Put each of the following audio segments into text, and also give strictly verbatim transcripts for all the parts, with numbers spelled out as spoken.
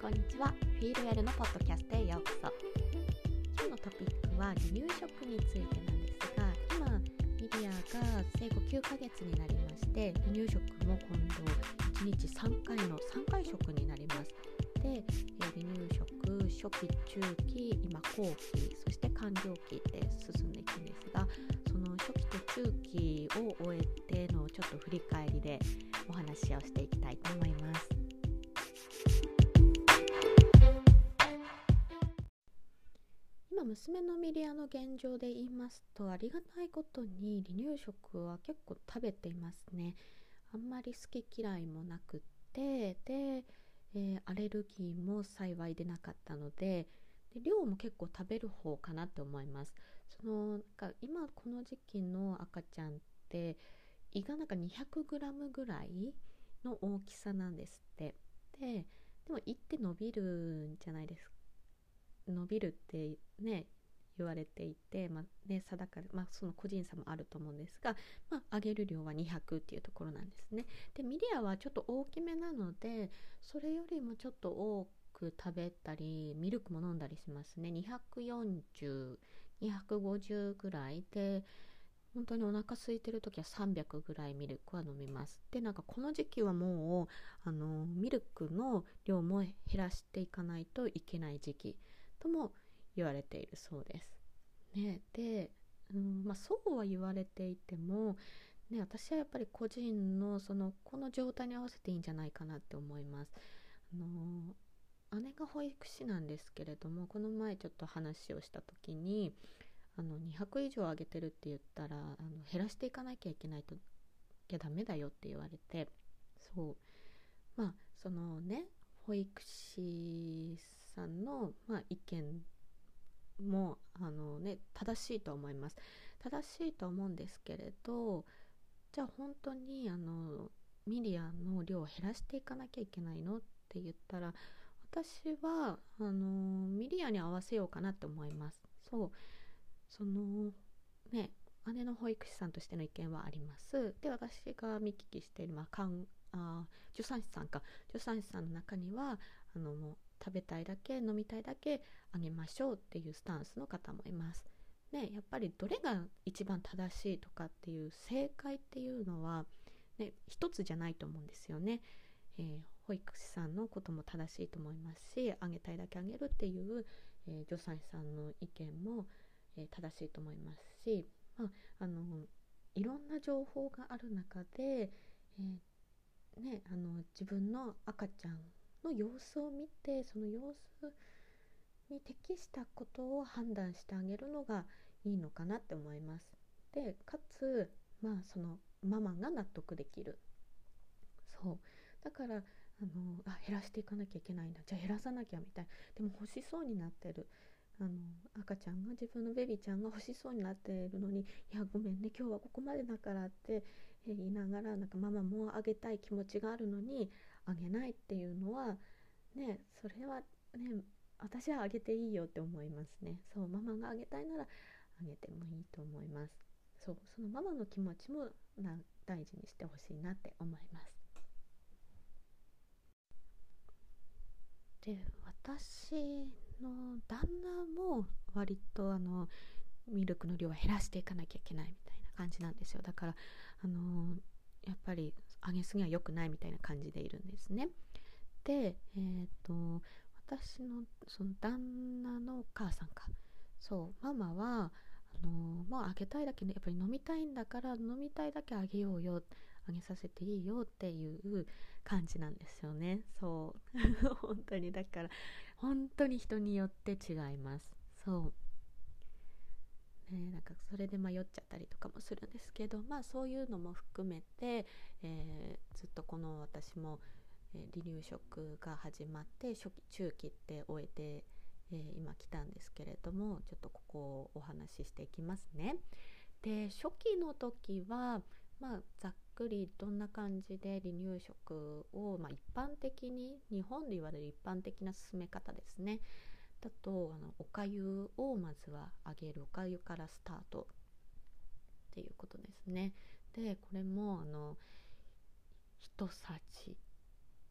こんにちは。フィールウェルのポッドキャストへようこそ。今日のトピックは離乳食についてなんですが、今ミリアが生後きゅうかげつになりまして、離乳食も今度いちにちさんかいのさんかい食になります。で、離乳食、初期、中期、今後期、そして完了期で進んでいくんですが、その初期と中期を終えてのちょっと振り返りでお話をしていきたいと思います。今娘のミリアの現状で言いますと、ありがたいことに離乳食は結構食べていますね。あんまり好き嫌いもなくって、で、えー、アレルギーも幸い出なかったので、で量も結構食べる方かなと思います。そのなんか今この時期の赤ちゃんって胃がなんかにひゃくグラムぐらいの大きさなんですって。で、でも胃って伸びるんじゃないですか。伸びるってね言われていて、まあね、定かで、まあ、その個人差もあると思うんですが、まあ、揚げる量はにひゃくっていうところなんですね。でミリアはちょっと大きめなので、それよりもちょっと多く食べたりミルクも飲んだりしますね。にひゃくよんじゅう、にひゃくごじゅうぐらいで、本当にお腹空いてる時はさんびゃくぐらいミルクは飲みます。で、なんかこの時期はもうあのミルクの量も減らしていかないといけない時期とも言われているそうです。ね、で、うんまあ、そうは言われていても、ね、私はやっぱり個人のそのこの状態に合わせていいんじゃないかなって思います。あの姉が保育士なんですけれども、この前ちょっと話をした時に、あのにひゃく以上あげてるって言ったら、あの減らしていかなきゃいけないときゃダメだよって言われて、そうまあそのね保育士さんの、まあ、意見もあの、ね、正しいと思います。正しいと思うんですけれど、じゃあ本当にあのミリアの量を減らしていかなきゃいけないのって言ったら、私はあのミリアに合わせようかなって思います。そうそのね姉の保育士さんとしての意見はあります。で、私が見聞きしている、まあ、かんあ助産師さんか助産師さんの中には、あのもう食べたいだけ飲みたいだけあげましょうっていうスタンスの方もいます。ね、やっぱりどれが一番正しいとかっていう正解っていうのは、ね、一つじゃないと思うんですよね。えー、保育士さんのことも正しいと思いますし、あげたいだけあげるっていう、えー、助産師さんの意見も、えー、正しいと思いますし、まあ、あのいろんな情報がある中で、えーね、あの自分の赤ちゃんの様子を見て、その様子に適したことを判断してあげるのがいいのかなって思います。で、かつ、まあ、そのママが納得できる。そうだからあのあ減らしていかなきゃいけないんだ、じゃあ減らさなきゃみたいな。でも欲しそうになってる、あの赤ちゃんが、自分のベビーちゃんが欲しそうになっているのに、いやごめんね今日はここまでだからって言いながら、なんかママもあげたい気持ちがあるのにあげないっていうのはね、それはね私はあげていいよって思いますね。そうママがあげたいならあげてもいいと思います。そうそのママの気持ちもな大事にしてほしいなって思います。で、私の旦那も割とあのミルクの量は減らしていかなきゃいけないみたいな感じなんですよ。だからあのやっぱり上げすぎは良くないみたいな感じでいるんですね。で、えーと、私のその旦那のお母さんか、そうママはあのもうあげたいだけ、ね、やっぱり飲みたいんだから飲みたいだけあげようよ、あげさせていいよっていう感じなんですよね。そう本当にだから本当に人によって違います。そうね、なんかそれで迷っちゃったりとかもするんですけど、まあそういうのも含めて、えー、ずっとこの私も、えー、離乳食が始まって初期中期って終えて、えー、今来たんですけれども、ちょっとここをお話ししていきますね。で、初期の時はまあざっくりどんな感じで離乳食を、まあ、一般的に日本で言われる一般的な進め方ですねだと、あのおかゆをまずはあげる、おかゆからスタートっていうことですね。でこれもあの一さじ、あ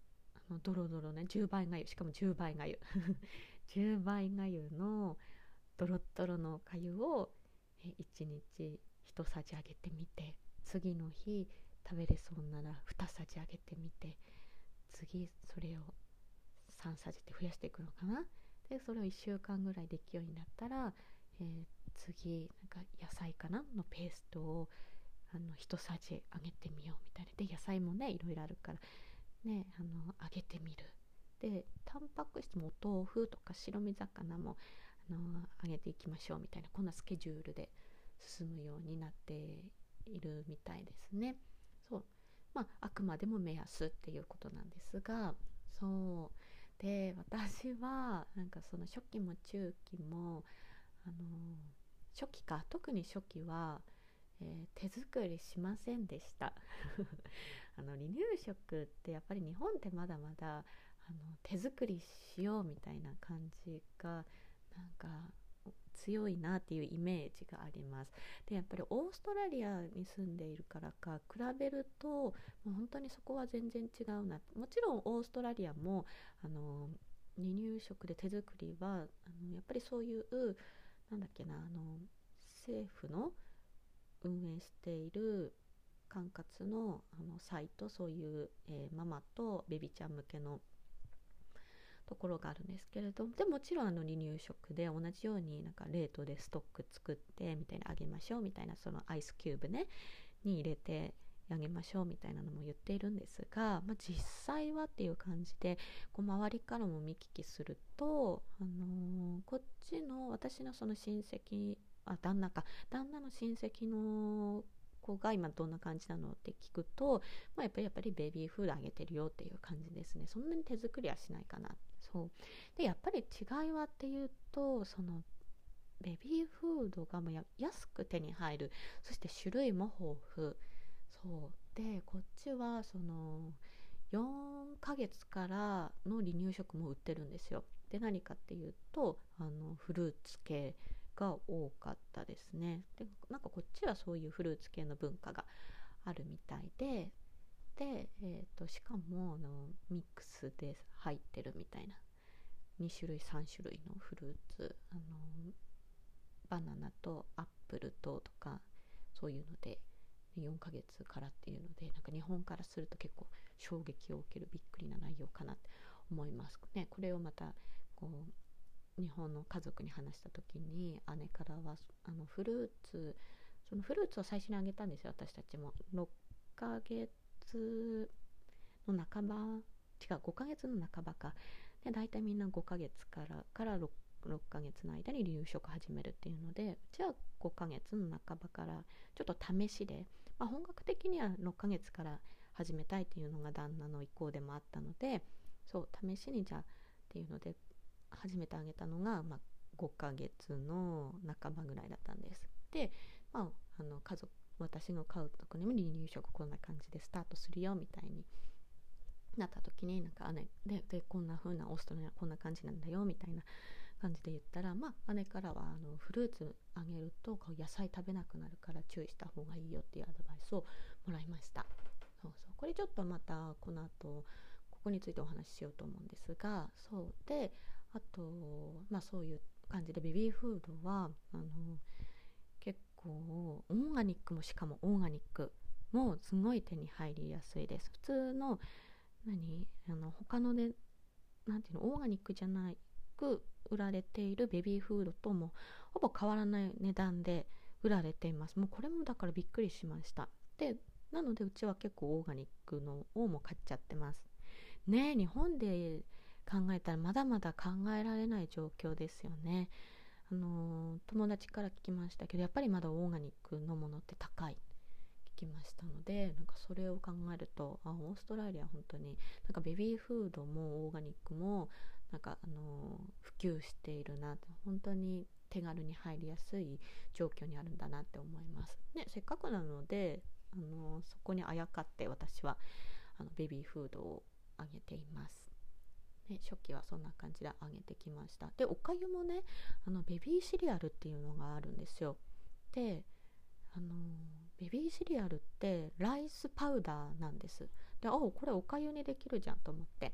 あのドロドロね、じゅうばいがゆ、しかもじゅうばいがゆじゅうばいがゆのドロッドロの粥をえいちにちひとさじあげてみて、次の日食べれそうならにさじあげてみて、次それをさんさじって増やしていくのかな。でそれをいっしゅうかんぐらいできるようになったら、えー、次なんか野菜かなのペーストをあのひとさじあげてみようみたいな。で野菜もねいろいろあるからね、あのあげてみる。でタンパク質もお豆腐とか白身魚もあのあげていきましょうみたいな、こんなスケジュールで進むようになっているみたいですね。そうまああくまでも目安っていうことなんですが、そうで私はなんかその初期も中期もあの初期か特に初期は、えー手作りしませんでしたあの離乳食ってやっぱり日本ってまだまだあの手作りしようみたいな感じがなんか強いなっていうイメージがあります。でやっぱりオーストラリアに住んでいるからか比べるともう本当にそこは全然違うな。もちろんオーストラリアもあの離乳食で手作りはあのやっぱりそういうなんだっけな、あの政府の運営している管轄の、あのサイト、そういう、えーママとベビーちゃん向けのところがあるんですけれども、でもちろんあの離乳食で同じようになんか冷凍でストック作ってみたいなあげましょうみたいな、そのアイスキューブねに入れてあげましょうみたいなのも言っているんですが、まあ、実際はっていう感じでこう周りからも見聞きすると、あのーこっちの私のその親戚、あ旦那か旦那の親戚の子が今どんな感じなのって聞くと、まあ、やっぱりやっぱりベビーフードあげてるよっていう感じですね。そんなに手作りはしないかな。そうでやっぱり違いはっていうと、そのベビーフードがもうや安く手に入る、そして種類も豊富。そうでこっちはそのよんかげつからの離乳食も売ってるんですよ。で何かっていうとあのフルーツ系が多かったですね。でなんかこっちはそういうフルーツ系の文化があるみたいで、で、えー、としかもあのミックスで入ってるみたいな、にしゅるいさんしゅるいのフルーツ、あのバナナとアップルととかそういうのでよんかげつからっていうので、なんか日本からすると結構衝撃を受けるびっくりな内容かなって思いますね。これをまたこう日本の家族に話した時に姉からはあのフルーツそのフルーツを最初にあげたんですよ。私たちもろっかげつの半ば、違うごかげつの半ばかで、だいたいみんなごかげつからから 6, 6ヶ月の間に離乳食始めるっていうので、うちはごかげつの半ばからちょっと試しで、まあ、本格的にはろっかげつから始めたいっていうのが旦那の意向でもあったので、そう試しにじゃあっていうので始めてあげたのが、まあ、ごかげつの半ばぐらいだったんです。で、まあ、あの家族私の家族にも離乳食こんな感じでスタートするよみたいになった時に、なんか姉ででこんな風なオーストラリアこんな感じなんだよみたいな感じで言ったら、まあ姉からはあのフルーツあげると野菜食べなくなるから注意した方がいいよっていうアドバイスをもらいました。そうそうこれちょっとまたこの後ここについてお話ししようと思うんですが、そうであとまあそういう感じでベビーフードはあの結構オーガニックもしかもオーガニックもすごい手に入りやすいです。普通の何あの他のねなんていうのオーガニックじゃないく売られているベビーフードともほぼ変わらない値段で売られています。もうこれもだからびっくりしました。でなのでうちは結構オーガニックのをも買っちゃってますね。日本で考えたらまだまだ考えられない状況ですよね。あの友達から聞きましたけど、やっぱりまだオーガニックのものって高い聞きましたので、なんかそれを考えるとあオーストラリア本当になんかベビーフードもオーガニックもなんかあの普及しているなって、本当に手軽に入りやすい状況にあるんだなって思いますね。せっかくなのであのそこにあやかって私はあのベビーフードをあげていますね。初期はそんな感じであげてきました。でおかゆもねあのベビーシリアルっていうのがあるんですよ。であのベビーシリアルってライスパウダーなんです。であこれおかゆにできるじゃんと思って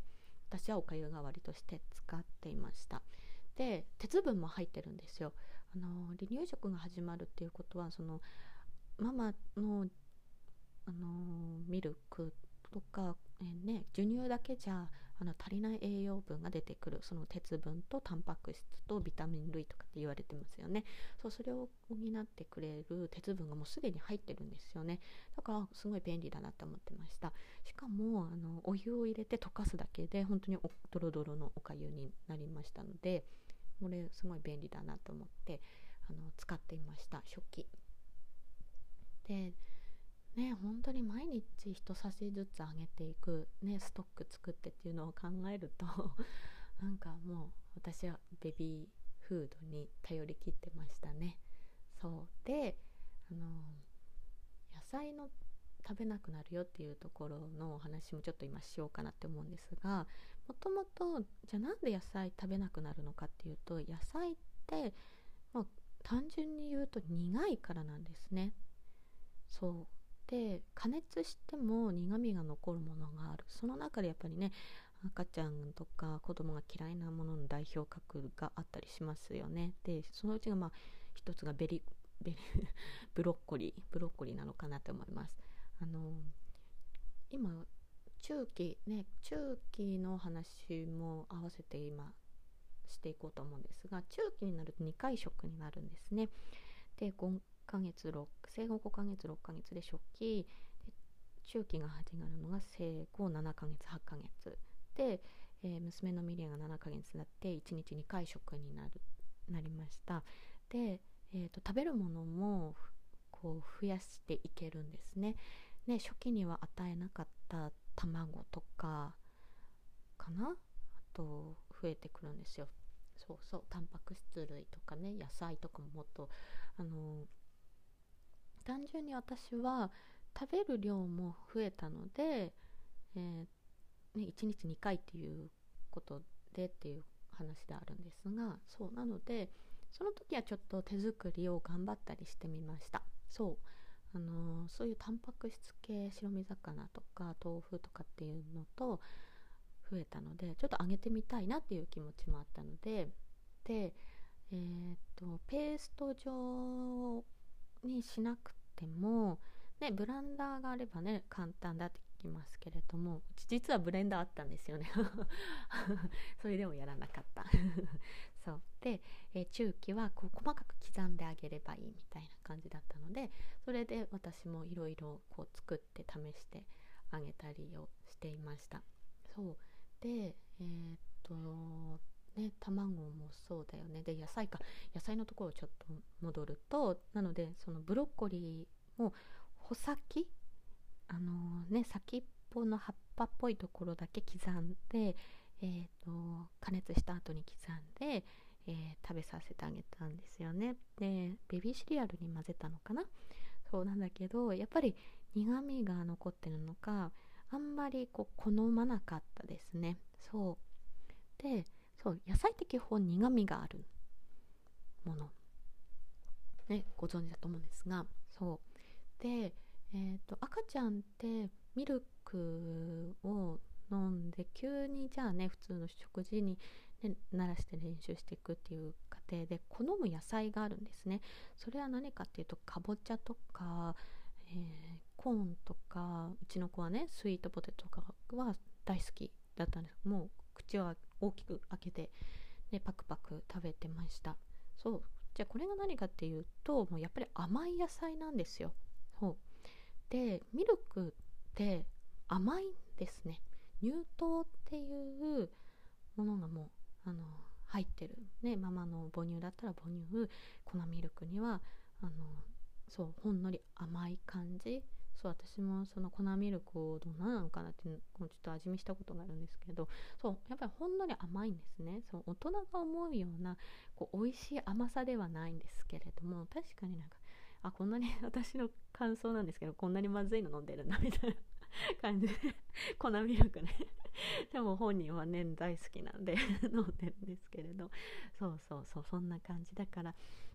私はおかゆ代わりとして使っていました。で鉄分も入ってるんですよ。あの離乳食が始まるっていうことは、そのママの、あのミルクとか、えーね、授乳だけじゃあの足りない栄養分が出てくる、その鉄分とタンパク質とビタミン類とかって言われてますよね。そう、それを補ってくれる鉄分がもうすでに入ってるんですよね。だからすごい便利だなと思ってました。しかもあのお湯を入れて溶かすだけで本当におドロドロのおかゆになりましたので、これすごい便利だなと思ってあの使っていました。初期でね、本当に毎日一さじずつ上げていく、ね、ストック作ってっていうのを考えるとなんかもう私はベビーフードに頼り切ってましたね。そうで、あの野菜の食べなくなるよっていうところのお話もちょっと今しようかなって思うんですが、もともとじゃあなんで野菜食べなくなるのかっていうと、野菜ってもう単純に言うと苦いからなんですね。そうで、加熱しても苦味が残るものがある。その中でやっぱりね、赤ちゃんとか子供が嫌いなものの代表格があったりしますよね。でそのうちがまあ一つがベリベリブロッコリーブロッコリーなのかなと思います。あの今中期ね中期の話も合わせて今していこうと思うんですが、中期になるとにかい食になるんですね。でごかげつろく生後ごかげつろっかげつで初期で、中期が始まるのが生後ななかげつはちかげつで、えー、娘のミリアがななかげつになっていちにちにかい食になるなりました。で、えーと、食べるものもこう増やしていけるんですね。ね、初期には与えなかった卵とかかな、あと増えてくるんですよ。そうそう、タンパク質類とかね、野菜とかももっとあの単純に私は食べる量も増えたので、えーね、いちにちにかいっていうことでっていう話であるんですが、そうなのでその時はちょっと手作りを頑張ったりしてみました。そうあのー、そういうタンパク質系、白身魚とか豆腐とかっていうのと増えたので、ちょっと揚げてみたいなっていう気持ちもあったので、で、えー、っとペースト状にしなくても、ね、ブランダーがあればね簡単だって聞きますけれども、うち実はブレンダーあったんですよねそれでもやらなかったそうで、えー中期はこう細かく刻んであげればいいみたいな感じだったので、それで私もいろいろこう作って試してあげたりをしていました。そうで、えー、っとね、卵もそうだよね。で野菜か、野菜のところをちょっと戻ると、なのでそのブロッコリーも穂先、あのーね、先っぽの葉っぱっぽいところだけ刻んで、えー、と加熱した後に刻んで、えー食べさせてあげたんですよね。でベビーシリアルに混ぜたのかな。そうなんだけど、やっぱり苦味が残ってるのか、あんまりこう好まなかったですね。そうで、そう野菜って基本苦味があるもの、ね、ご存知だと思うんですが、そうで、えー、と赤ちゃんってミルクを飲んで急にじゃあね普通の食事に、ね、慣らして練習していくっていう過程で好む野菜があるんですね。それは何かっていうと、かぼちゃとか、えーコーンとか、うちの子はねスイートポテトとかは大好きだったんです。もう口を大きく開けて、ね、パクパク食べてました。そうじゃあこれが何かっていうと、もうやっぱり甘い野菜なんですよ。そうでミルクって甘いんですね。乳糖っていうものがもうあの入ってる、ね、ママの母乳だったら母乳、粉ミルクにはあのそうほんのり甘い感じ。そう私もその粉ミルクをどんななのかなってちょっと味見したことがあるんですけど、そうやっぱりほんのり甘いんですね。そう大人が思うようなこう美味しい甘さではないんですけれども、確かになんかあこんなに私の感想なんですけど、こんなにまずいの飲んでるなみたいな感じで粉ミルクねでも本人はね大好きなんで飲んでるんですけれど、そうそうそうそんな感じだから、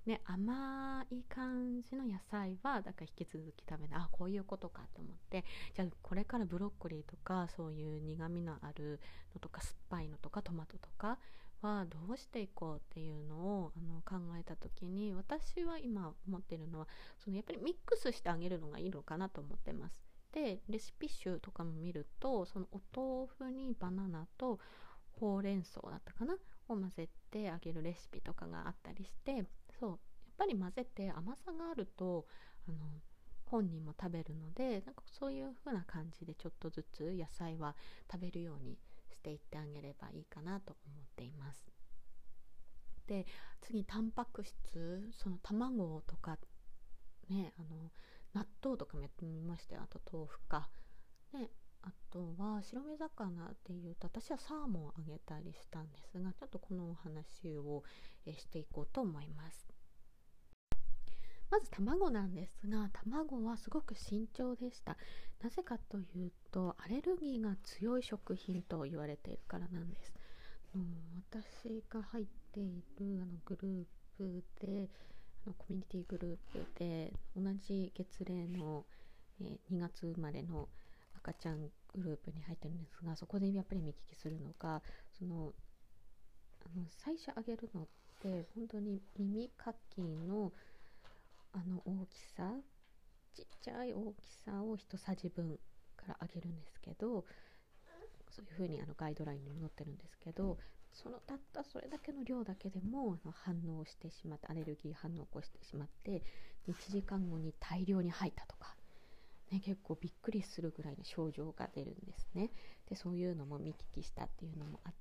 ね、甘い感じの野菜はだから引き続き食べない、あ、こういうことかと思って、じゃあこれからブロッコリーとかそういう苦みのあるのとか酸っぱいのとかトマトとかはどうしていこうっていうのをあの考えた時に、私は今思ってるのはそのやっぱりミックスしてあげるのがいいのかなと思ってます。でレシピ集とかも見ると、そのお豆腐にバナナとほうれん草だったかなを混ぜてあげるレシピとかがあったりして、そうやっぱり混ぜて甘さがあるとあの本人も食べるので、なんかそういう風な感じでちょっとずつ野菜は食べるようにしていってあげればいいかなと思っています。で次、タンパク質、その卵とかね、あの納豆とかもやってみましたよ。あと豆腐かね、あとは白身魚っていうと私はサーモンをあげたりしたんですが、ちょっとこのお話をしていこうと思います。まず卵なんですが、卵はすごく慎重でした。なぜかというと、アレルギーが強い食品と言われているからなんです。あの私が入っているあのグループで、あのコミュニティグループで同じ月齢の、えー、にがつ生まれの赤ちゃんグループに入ってるんですが、そこでやっぱり見聞きするのが、そのあの最初あげるのって本当に耳かきのあの大きさ、ちっちゃい大きさを一さじぶんからあげるんですけど、そういうふうにあのガイドラインにも載ってるんですけど、そのたったそれだけの量だけでもあの反応してしまって、アレルギー反応を起こしてしまって、いちじかんごに大量に吐いたとか、ね、結構びっくりするぐらいの症状が出るんですね。でそういうのも見聞きしたっていうのもあって、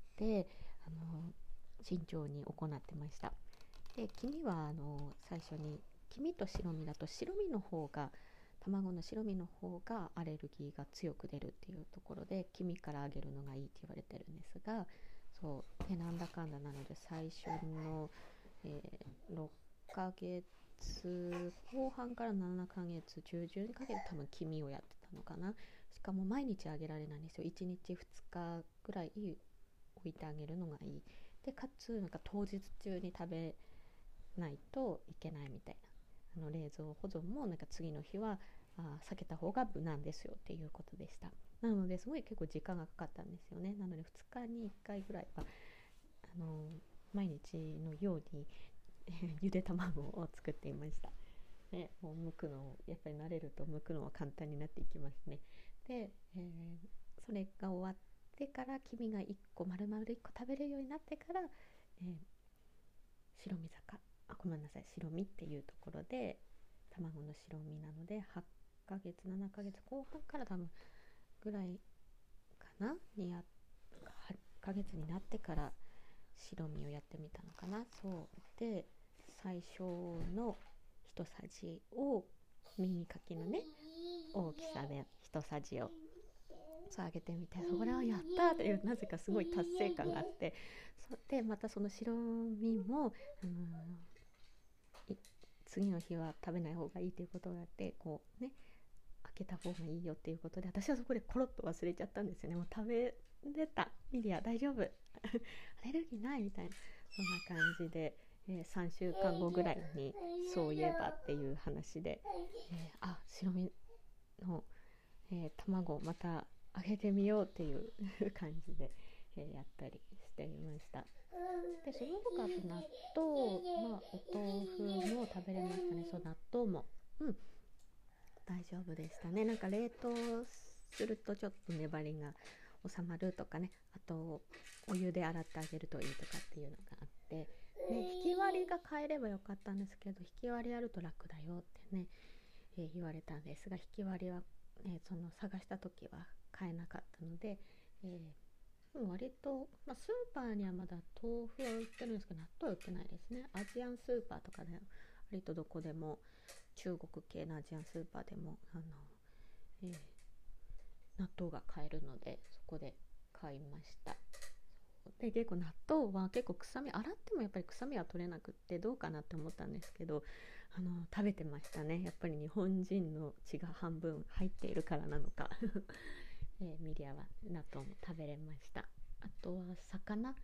あの慎重に行ってました。で黄身はあの最初に、黄身と白身だと白身の方が、卵の白身の方がアレルギーが強く出るっていうところで、黄身からあげるのがいいって言われてるんですが、そうでなんだかんだなので最初の、えー、ろっかげつこう半からななかげつ中旬にかけて多分黄身をやってたのかな。しかも毎日あげられないんですよ。いちにちふつかぐらい置いてあげるのがいい。でかつなんか当日中に食べないといけないみたいな、あの冷蔵保存もなんか次の日はあ避けた方が無難ですよっていうことでした。なのですごい結構時間がかかったんですよね。なのでふつかにいっかいぐらいはあの毎日のようにゆで卵を作っていました。ね、もう剥くのやっぱり慣れると剥くのは簡単になっていきますね。で、えー、それが終わってから黄身がいっこ丸々いっこ食べれるようになってから、えー、白身魚あごめんなさい白身っていうところで、卵の白身なのではっかげつななかげつこう半から多分ぐらいかなにやはっかげつになってから白身をやってみたのかな。そうで最初の一さじを耳かきのね大きさで一さじをそうあげてみて、それはやったというなぜかすごい達成感があって、そでまたその白身も、あのー、次の日は食べない方がいいということがあって、こうね開けた方がいいよっていうことで、私はそこでコロッと忘れちゃったんですよね。もう食べれた、ミリア大丈夫アレルギーないみたいな、そんな感じで、えー、さんしゅうかんごぐらいにそういえばっていう話で、えー、あ白身の、えー、卵をまた揚げてみようっていう感じで、えー、やったりしていました。でその他と納豆、まあ、お豆腐も食べれましたね。そう納豆もうん大丈夫でしたね。なんか冷凍するとちょっと粘りが収まるとかね、あとお湯で洗ってあげるといいとかっていうのがあって、ね、引き割りが買えればよかったんですけど、引き割りやると楽だよってね、えー、言われたんですが、引き割りは、ね、その探した時は買えなかったので、えー、割と、まあ、スーパーにはまだ豆腐は売ってるんですけど納豆は売ってないですね。アジアンスーパーとかで割とどこでも、中国系のアジアンスーパーでもあの、えー、納豆が買えるのでそこで買いました。で結構納豆は結構臭み洗ってもやっぱり臭みは取れなくってどうかなって思ったんですけど、あの食べてましたね。やっぱり日本人の血が半分入っているからなのか、えー、ミリアは納豆も食べれました。あとは魚、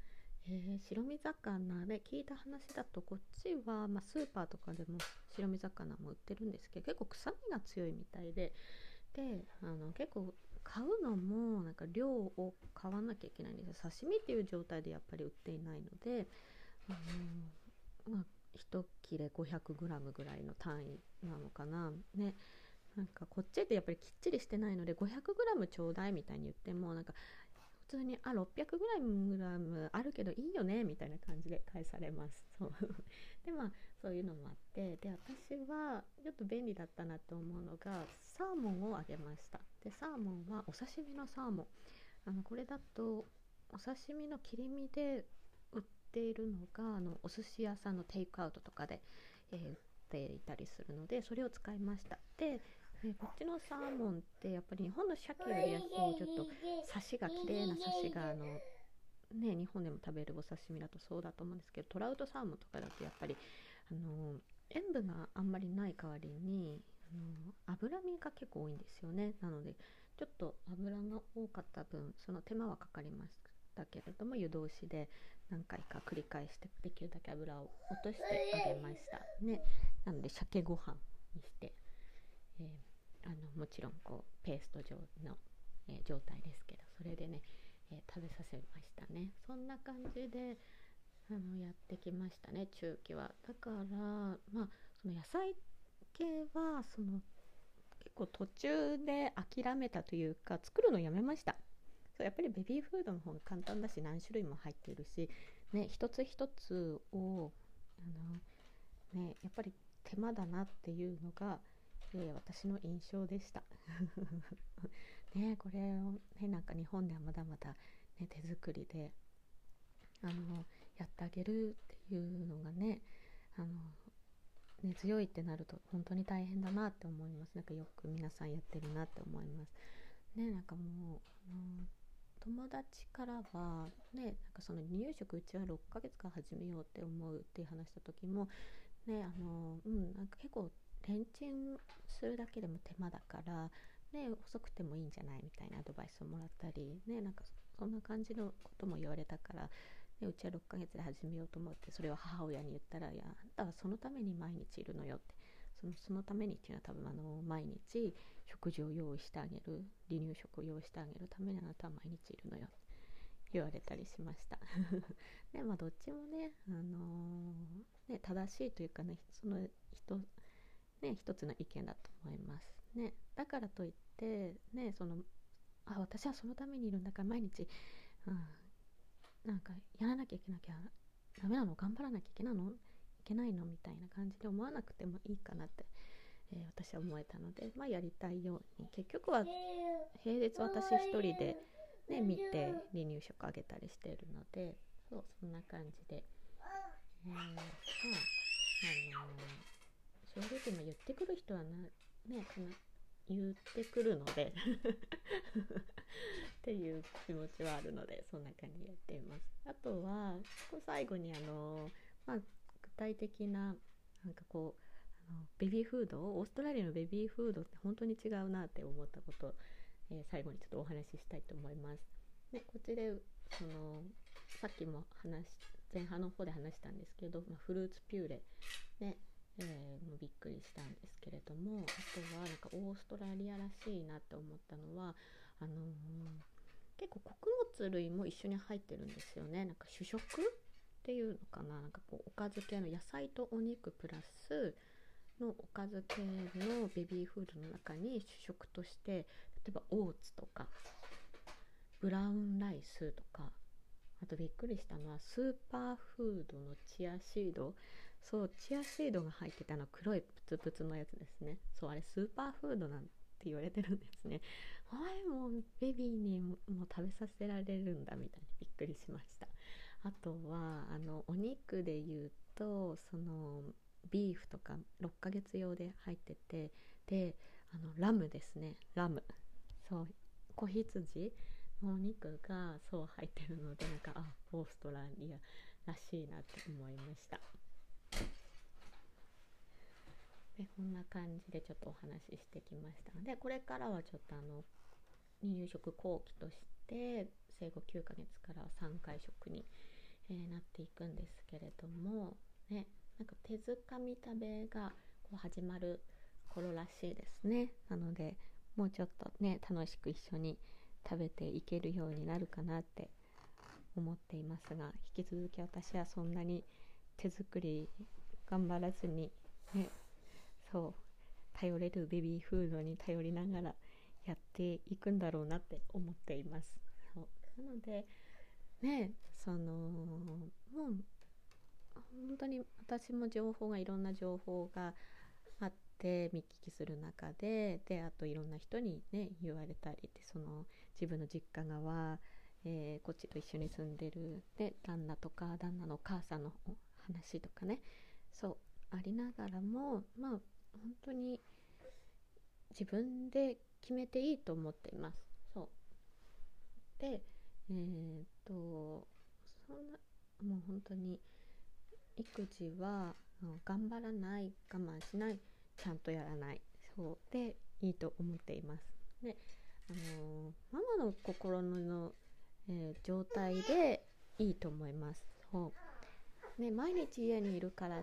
えー、白身魚で聞いた話だと、こっちは、まあ、スーパーとかでも白身魚も売ってるんですけど、結構臭みが強いみたいで、であの結構買うのもなんか量を買わなきゃいけないんですよ。刺身っていう状態でやっぱり売っていないので、あのまあいち切れ ごひゃくグラム ぐらいの単位なのかなね。なんかこっちってやっぱりきっちりしてないので ごひゃくグラム ちょうだいみたいに言っても、なんか普通にあ ろっぴゃくグラム あるけどいいよねみたいな感じで返されます。そうでまあそういうのもあって、で私はちょっと便利だったなと思うのがサーモンをあげました。でサーモンはお刺身のサーモン、あのこれだとお刺身の切り身で売っているのがあのお寿司屋さんのテイクアウトとかで、えー売っていたりするので、それを使いました。でえこっちのサーモンってやっぱり日本の鮭よりはこうちょっとサシが綺麗なサシがあのね、日本でも食べるお刺身だとそうだと思うんですけど、トラウトサーモンとかだとやっぱりあの塩分があんまりない代わりにあの脂身が結構多いんですよね。なのでちょっと油が多かった分その手間はかかりましたけれども、湯通しで何回か繰り返してできるだけ油を落としてあげましたね。なので鮭ご飯にして、えー、あのもちろんこうペースト状の、えー、状態ですけど、それでね、えー、食べさせましたね。そんな感じであのやってきましたね、中期は。だからまあその野菜系はその結構途中で諦めたというか、作るのやめました。そうやっぱりベビーフードの方が簡単だし、何種類も入っているし、ね、一つ一つをあの、ね、やっぱり手間だなっていうのが、えー私の印象でしたね。これを、ね、なんか日本ではまだまだ、ね、手作りであのやってあげるっていうのがね、あの根強いってなると本当に大変だなって思います。なんかよく皆さんやってるなって思いますね。なんかもうあの友達からはね、なんかその離乳食うちはろっかげつから始めようって思うって話した時もね、あのうんなんか結構レンチンするだけでも手間だからね、遅くてもいいんじゃないみたいなアドバイスをもらったりね、なんかそんな感じのことも言われたから、ね、うちはろっかげつで始めようと思って、それを母親に言ったら、いやあんたはそのために毎日いるのよって、そのそのためにっていうのは多分あの毎日食事を用意してあげる、離乳食を用意してあげるためにあなたは毎日いるのよって言われたりしましたね。まあどっちもね、あのーね、正しいというかね、その人、ね、一つの意見だと思いますね。だからといってね、そのあ私はそのためにいるんだから毎日、うん、なんかやらなきゃいけなきゃダメなの、頑張らなきゃいけないのいけないのみたいな感じで思わなくてもいいかなって、えー私は思えたので、まあ、やりたいように、結局は平日私一人で、ね、見て離乳食あげたりしているので、そうそんな感じで、えー、まあ、あのー、正直も言ってくる人はな、ね、かな言ってくるのでっていう気持ちはあるので、そんな感じでやっています。あとは最後にあの、まあ、具体的ななんかこうあのベビーフード、オーストラリアのベビーフードって本当に違うなって思ったことを、えー最後にちょっとお話ししたいと思います、ね、こっちでそのさっきも話前半の方で話したんですけど、まあ、フルーツピューレね、えーもうびっくりしたんですけれども、あとはなんかオーストラリアらしいなって思ったのはあのー結構穀物類も一緒に入ってるんですよね。なんか主食っていうのかな、なんかこうおかず系の野菜とお肉プラスのおかず系のベビーフードの中に主食として、例えばオーツとかブラウンライスとか、あとびっくりしたのはスーパーフードのチアシード、そうチアシードが入ってたの、黒いプツプツのやつですね。そうあれスーパーフードなんて言われてるんですね。お前もベビーにも食べさせられるんだみたいにびっくりしました。あとはあのお肉で言うと、そのビーフとかろっかげつ用で入ってて、であのラムですね、ラム、そう子羊のお肉がそう入ってるので、なんかあオーストラリアらしいなって思いました。でこんな感じでちょっとお話ししてきましたので、これからはちょっとあの離乳食後期として生後きゅうかげつからさんかい食にえーなっていくんですけれども、ね、なんか手づかみ食べがこう始まる頃らしいですね。なのでもうちょっとね楽しく一緒に食べていけるようになるかなって思っていますが、引き続き私はそんなに手作り頑張らずに、ね、そう頼れるベビーフードに頼りながらやっていくんだろうなって思っています。そうなのでね、そのもう本当に私も情報がいろんな情報があって見聞きする中で、であといろんな人にね言われたりで、その自分の実家側、えー、こっちと一緒に住んでる、ね、旦那とか旦那のお母さんの話とかね、そうありながらも、まあ本当に自分で決めていいと思っています。そうで、えー、っとそんなもう本当に育児は頑張らない、我慢しない、ちゃんとやらない、そうでいいと思っています。で、あのー、ママの心の、えー、状態でいいと思います。そう、ね、毎日家にいるからって、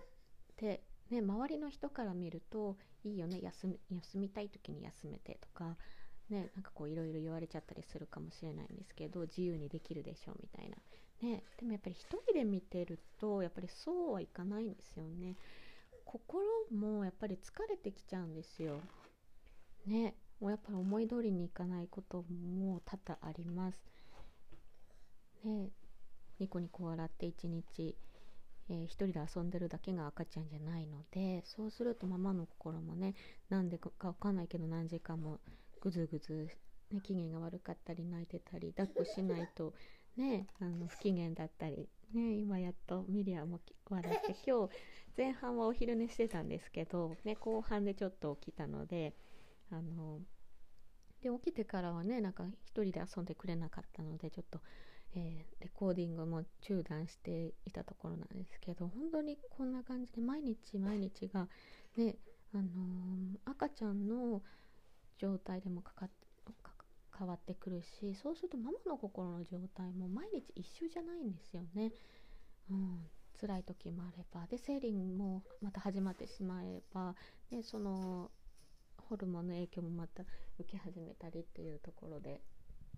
ね、周りの人から見るといいよね、休み、休みたい時に休めてとか、ね、なんかこういろいろ言われちゃったりするかもしれないんですけど、自由にできるでしょみたいな、ね、でもやっぱり一人で見てるとやっぱりそうはいかないんですよね。心もやっぱり疲れてきちゃうんですよね。もうやっぱり思い通りにいかないことも多々ありますね。ニコニコ笑って一日、えー、一人で遊んでるだけが赤ちゃんじゃないので、そうするとママの心もね、なんでかわかんないけど何時間もぐずぐず、ね、機嫌が悪かったり泣いてたり、抱っこしないとね、あの不機嫌だったりね、今やっとミリアも笑って、今日前半はお昼寝してたんですけど、ね、後半でちょっと起きたので、あので起きてからはね、なんか一人で遊んでくれなかったので、ちょっと、えーレコーディングも中断していたところなんですけど、本当にこんな感じで毎日毎日がね、あのー赤ちゃんの状態でもかかっか変わってくるし、そうするとママの心の状態も毎日一緒じゃないんですよね。うん、辛い時もあれば、で生理もまた始まってしまえば、でそのホルモンの影響もまた受け始めたりっていうところで、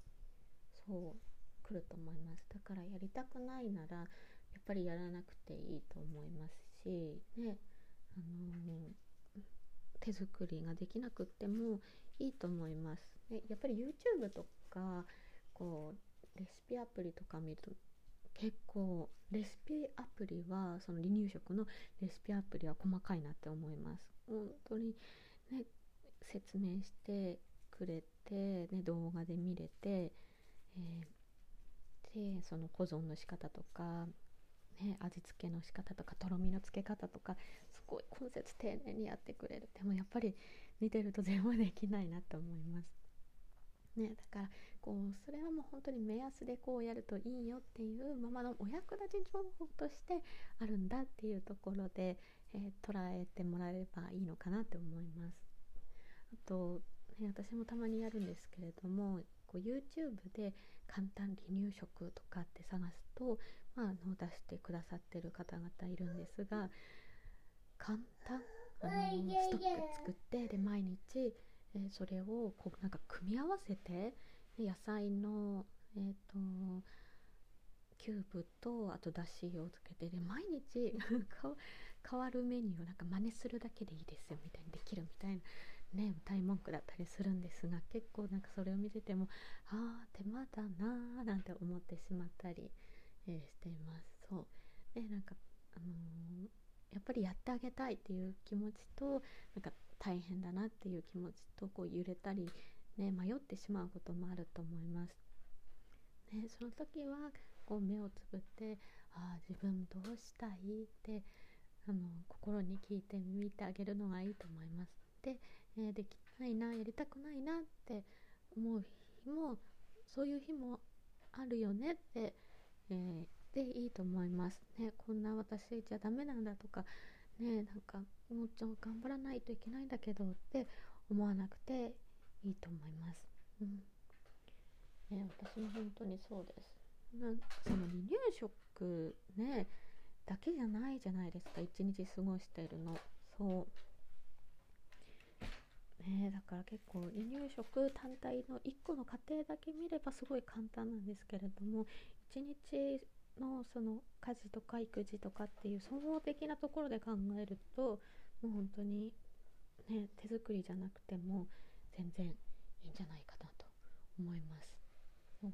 そう来ると思います。だからやりたくないならやっぱりやらなくていいと思いますしね、あのー手作りができなくってもいいと思います、ね、やっぱり YouTube とかこうレシピアプリとか見ると、結構レシピアプリはその離乳食のレシピアプリは細かいなって思います。本当にね、説明してくれて、ね、動画で見れて、えーでその保存の仕方とか、ね、味付けの仕方とかとろみのつけ方とかすごい根節丁寧にやってくれる。でもやっぱり見てると全部できないなと思いますね。だからこうそれはもう本当に目安でこうやるといいよっていうママのお役立ち情報としてあるんだっていうところで、えー捉えてもらえればいいのかなって思います。あと、ね、私もたまにやるんですけれども、こう YouTube で簡単離乳食とかって探すと、まあ、あの出してくださってる方々いるんですが、簡単、あのストック作って、で毎日、えーそれをこうなんか組み合わせて、野菜の、えー、とキューブとあとだしをつけて、で毎日変わるメニューをなんか真似するだけでいいですよみたいにできるみたいなね、歌い文句だったりするんですが、結構なんかそれを見てても、あー手間だなーなんて思ってしまったり、えーしています。そうね、なんかあのーやっぱりやってあげたいっていう気持ちと、なんか大変だなっていう気持ちと、こう揺れたり、ね、迷ってしまうこともあると思います。ね、その時はこう目をつぶって、あー自分どうしたいってあの心に聞いてみてあげるのがいいと思います。で、えーできないな、やりたくないなって思う日も、そういう日もあるよねって、えーでいいと思いますね。こんな私じゃダメなんだとかね、なんかもうちょっと頑張らないといけないんだけどって思わなくていいと思います。うんね、私も本当にそうです。 なその離乳食ねだけじゃないじゃないですか、一日過ごしているの。そうね、だから結構離乳食単体のいっこの家庭だけ見ればすごい簡単なんですけれども、一日のその家事とか育児とかっていう総合的なところで考えると、もう本当にね手作りじゃなくても全然いいんじゃないかなと思います。そう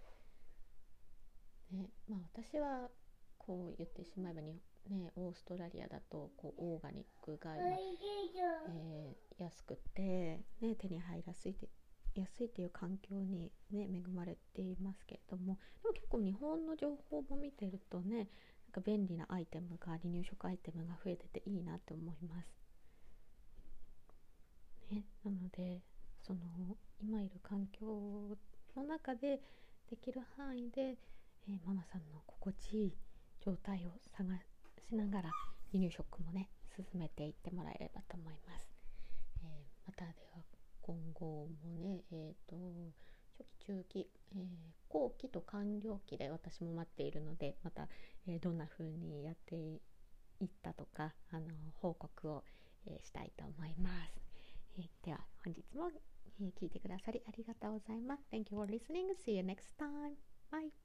ね、まあ私はこう言ってしまえばに、ね、オーストラリアだとこうオーガニックが今、えー安くて、ね、手に入りやすいって安いっていう環境に、ね、恵まれていますけれども、でも結構日本の情報も見てるとね、なんか便利なアイテムが離乳食アイテムが増えてていいなって思います、ね、なのでその今いる環境の中でできる範囲で、えーママさんの心地いい状態を探しながら離乳食もね進めていってもらえればと思います。えーまたでは今後もね、えーと初期中期、えー後期と完了期で私も待っているので、また、えーどんな風にやっていったとかあの報告を、えーしたいと思います。えーでは本日も、えー聞いてくださりありがとうございます。 Thank you for listening. See you next time. Bye.